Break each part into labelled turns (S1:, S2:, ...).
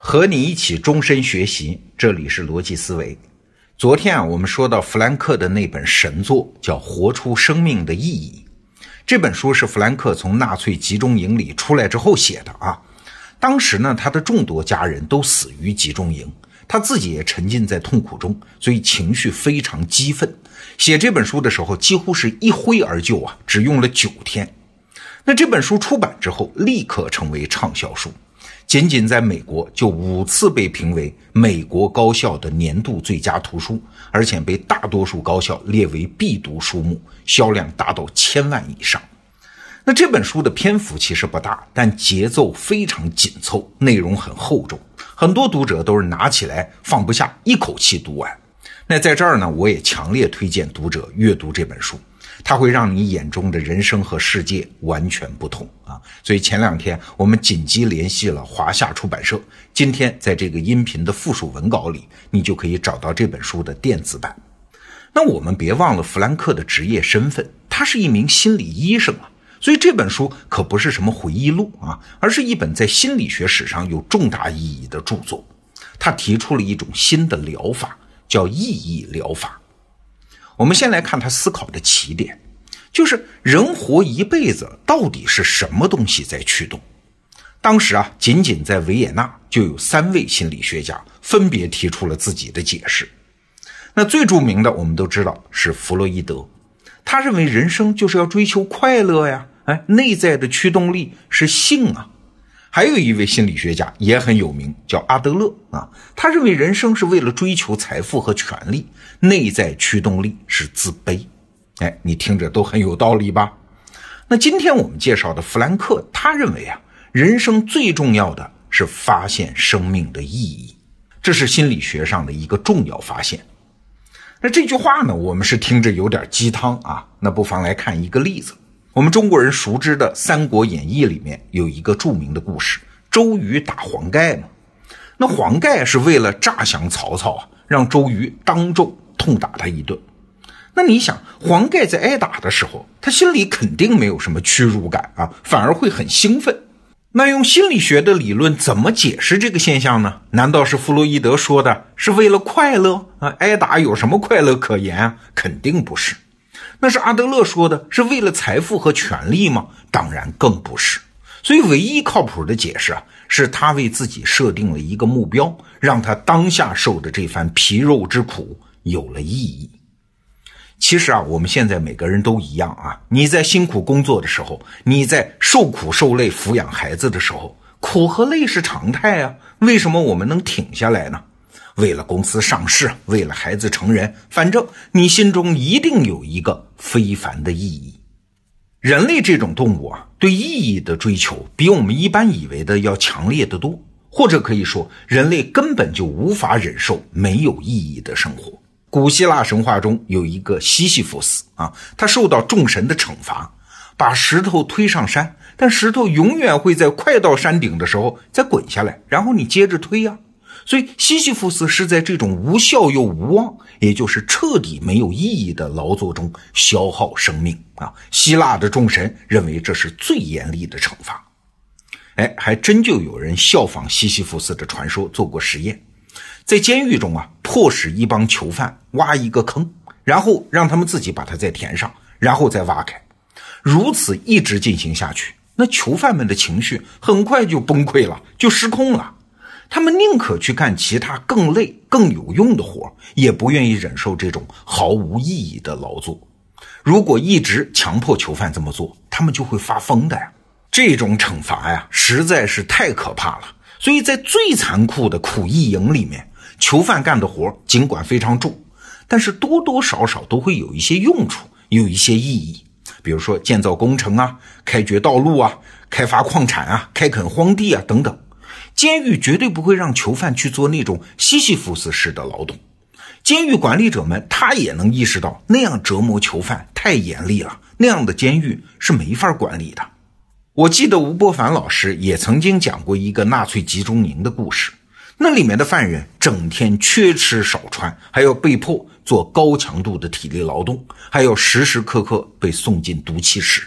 S1: 和你一起终身学习，这里是逻辑思维。昨天我们说到弗兰克的那本神作叫《活出生命的意义》。这本书是弗兰克从纳粹集中营里出来之后写的啊。当时呢，他的众多家人都死于集中营，他自己也沉浸在痛苦中，所以情绪非常激愤。写这本书的时候几乎是一挥而就啊，只用了9天。那这本书出版之后立刻成为畅销书，仅仅在美国就5次被评为美国高校的年度最佳图书，而且被大多数高校列为必读书目，销量达到1000万以上。那这本书的篇幅其实不大，但节奏非常紧凑，内容很厚重，很多读者都是拿起来放不下，一口气读完。那在这儿呢，我也强烈推荐读者阅读这本书，它会让你眼中的人生和世界完全不同啊！所以前2天我们紧急联系了华夏出版社，今天在这个音频的附属文稿里，你就可以找到这本书的电子版。那我们别忘了弗兰克的职业身份，他是一名心理医生啊，所以这本书可不是什么回忆录啊，而是一本在心理学史上有重大意义的著作。他提出了一种新的疗法，叫意义疗法。我们先来看他思考的起点，就是人活一辈子到底是什么东西在驱动。当时啊，仅仅在维也纳就有3位心理学家分别提出了自己的解释。那最著名的我们都知道是弗洛伊德，他认为人生就是要追求快乐呀，内在的驱动力是性啊。还有一位心理学家也很有名，叫阿德勒啊，他认为人生是为了追求财富和权利，内在驱动力是自卑。你听着都很有道理吧？那今天我们介绍的弗兰克，他认为啊，人生最重要的是发现生命的意义，这是心理学上的一个重要发现。那这句话呢，我们是听着有点鸡汤啊，那不妨来看一个例子。我们中国人熟知的《三国演义》里面有一个著名的故事，周瑜打黄盖嘛。那黄盖是为了诈降曹操啊，让周瑜当众痛打他一顿。那你想，黄盖在挨打的时候，他心里肯定没有什么屈辱感啊，反而会很兴奋。那用心理学的理论怎么解释这个现象呢？难道是弗洛伊德说的是为了快乐啊？挨打有什么快乐可言啊？肯定不是。那是阿德勒说的是为了财富和权利吗？当然更不是。所以唯一靠谱的解释啊，是他为自己设定了一个目标，让他当下受的这番皮肉之苦有了意义。其实啊，我们现在每个人都一样啊，你在辛苦工作的时候，你在受苦受累抚养孩子的时候，苦和累是常态啊，为什么我们能挺下来呢？为了公司上市，为了孩子成人，反正你心中一定有一个非凡的意义。人类这种动物啊，对意义的追求比我们一般以为的要强烈得多，或者可以说，人类根本就无法忍受没有意义的生活。古希腊神话中有一个西西弗斯啊，他受到众神的惩罚，把石头推上山，但石头永远会在快到山顶的时候再滚下来，然后你接着推啊。所以西西弗斯是在这种无效又无望，也就是彻底没有意义的劳作中消耗生命啊。希腊的众神认为这是最严厉的惩罚。还真就有人效仿西西弗斯的传说做过实验，在监狱中啊，迫使一帮囚犯挖一个坑，然后让他们自己把它再填上，然后再挖开，如此一直进行下去，那囚犯们的情绪很快就崩溃了，就失控了。他们宁可去干其他更累更有用的活，也不愿意忍受这种毫无意义的劳作。如果一直强迫囚犯这么做，他们就会发疯的呀。这种惩罚呀，实在是太可怕了。所以在最残酷的苦役营里面，囚犯干的活尽管非常重，但是多多少少都会有一些用处，有一些意义。比如说建造工程啊，开掘道路啊，开发矿产啊，开垦荒地啊等等。监狱绝对不会让囚犯去做那种西西弗斯式的劳动。监狱管理者们他也能意识到那样折磨囚犯太严厉了，那样的监狱是没法管理的。我记得吴伯凡老师也曾经讲过一个纳粹集中营的故事，那里面的犯人整天缺吃少穿，还要被迫做高强度的体力劳动，还要时时刻刻被送进毒气室。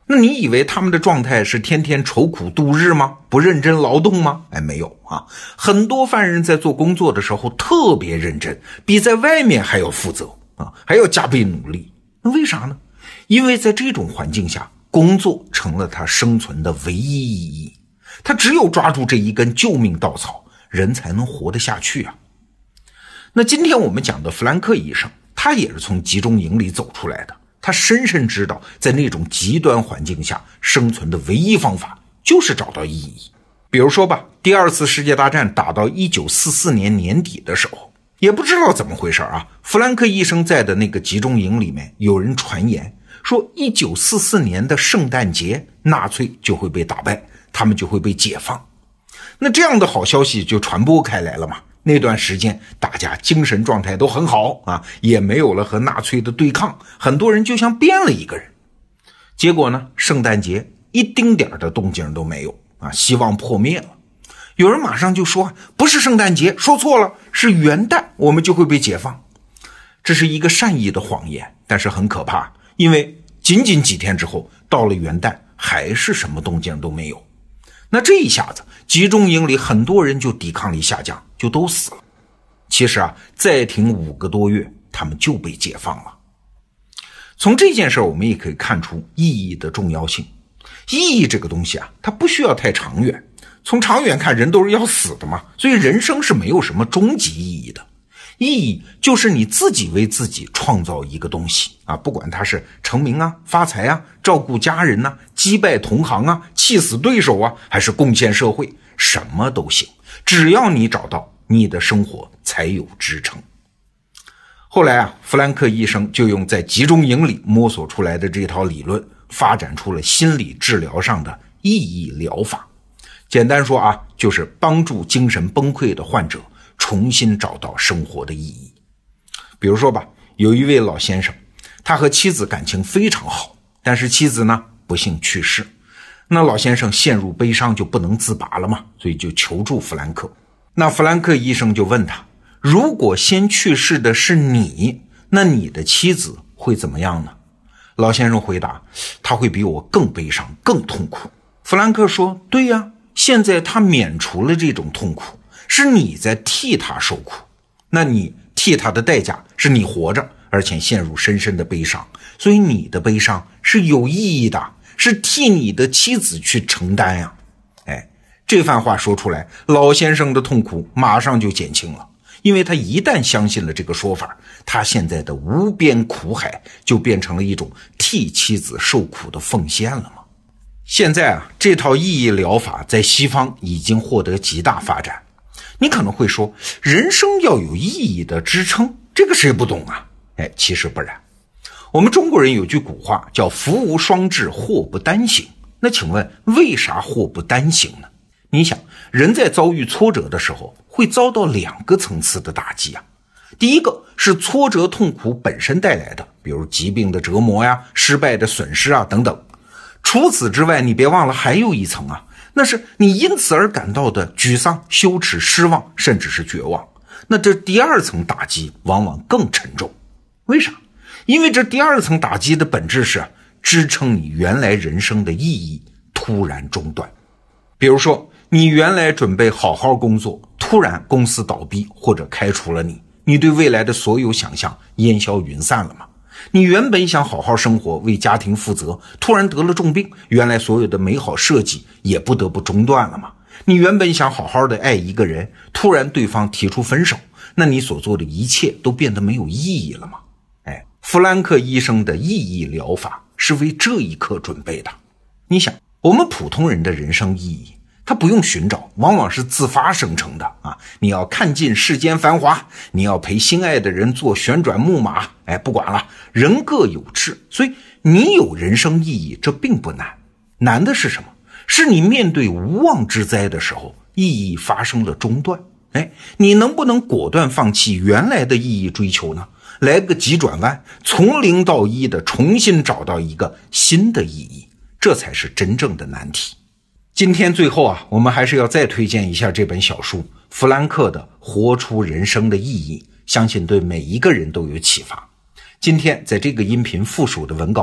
S1: 那你以为他们的状态是天天愁苦度日吗？不认真劳动吗？没有啊，很多犯人在做工作的时候特别认真，比在外面还要负责啊，还要加倍努力。那为啥呢？因为在这种环境下，工作成了他生存的唯一意义。他只有抓住这一根救命稻草，人才能活得下去啊。那今天我们讲的弗兰克医生，他也是从集中营里走出来的，他深深知道在那种极端环境下生存的唯一方法就是找到意义。比如说吧，第二次世界大战打到1944年年底的时候，也不知道怎么回事啊，弗兰克医生在的那个集中营里面有人传言说1944年的圣诞节纳粹就会被打败，他们就会被解放。那这样的好消息就传播开来了嘛。那段时间大家精神状态都很好啊，也没有了和纳粹的对抗，很多人就像变了一个人。结果呢，圣诞节一丁点的动静都没有啊，希望破灭了。有人马上就说不是圣诞节，说错了，是元旦我们就会被解放。这是一个善意的谎言，但是很可怕，因为仅仅几天之后到了元旦还是什么动静都没有。那这一下子集中营里很多人就抵抗力下降，就都死了。其实啊，再停5个多月他们就被解放了。从这件事我们也可以看出意义的重要性。意义这个东西啊，它不需要太长远，从长远看人都是要死的嘛，所以人生是没有什么终极意义的。意义就是你自己为自己创造一个东西啊，不管它是成名啊、发财啊、照顾家人啊、击败同行啊、气死对手啊，还是贡献社会，什么都行，只要你找到，你的生活才有支撑。后来啊，弗兰克医生就用在集中营里摸索出来的这套理论，发展出了心理治疗上的意义疗法。简单说啊，就是帮助精神崩溃的患者重新找到生活的意义。比如说吧，有一位老先生，他和妻子感情非常好，但是妻子呢不幸去世。那老先生陷入悲伤就不能自拔了嘛，所以就求助弗兰克。那弗兰克医生就问他，如果先去世的是你，那你的妻子会怎么样呢？老先生回答，他会比我更悲伤更痛苦。弗兰克说，对呀，现在他免除了这种痛苦，是你在替他受苦，那你替他的代价是你活着，而且陷入深深的悲伤，所以你的悲伤是有意义的，是替你的妻子去承担呀。这番话说出来，老先生的痛苦马上就减轻了，因为他一旦相信了这个说法，他现在的无边苦海就变成了一种替妻子受苦的奉献了嘛。现在啊，这套意义疗法在西方已经获得极大发展。你可能会说，人生要有意义的支撑，这个谁不懂啊？其实不然。我们中国人有句古话叫福无双至，祸不单行。那请问为啥祸不单行呢？你想，人在遭遇挫折的时候会遭到2个层次的打击啊。第一个是挫折痛苦本身带来的，比如疾病的折磨呀、失败的损失啊等等。除此之外，你别忘了还有一层啊，那是你因此而感到的沮丧、羞耻、失望，甚至是绝望。那这第2层打击往往更沉重。为啥？因为这第2层打击的本质是支撑你原来人生的意义突然中断。比如说，你原来准备好好工作，突然公司倒闭或者开除了你，你对未来的所有想象烟消云散了吗？你原本想好好生活，为家庭负责，突然得了重病，原来所有的美好设计也不得不中断了吗？你原本想好好的爱一个人，突然对方提出分手，那你所做的一切都变得没有意义了吗？弗兰克医生的意义疗法是为这一刻准备的。你想，我们普通人的人生意义，他不用寻找，往往是自发生成的啊！你要看尽世间繁华，你要陪心爱的人坐旋转木马，不管了，人各有志，所以你有人生意义，这并不难。难的是什么？是你面对无妄之灾的时候，意义发生了中断。你能不能果断放弃原来的意义追求呢？来个急转弯，从0到1的重新找到一个新的意义，这才是真正的难题。今天最后啊，我们还是要再推荐一下这本小书，弗兰克的《活出人生的意义》，相信对每一个人都有启发。今天在这个音频附属的文稿里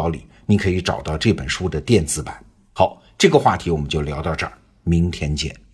S1: 你可以找到这本书的电子版。好，这个话题我们就聊到这儿，明天见。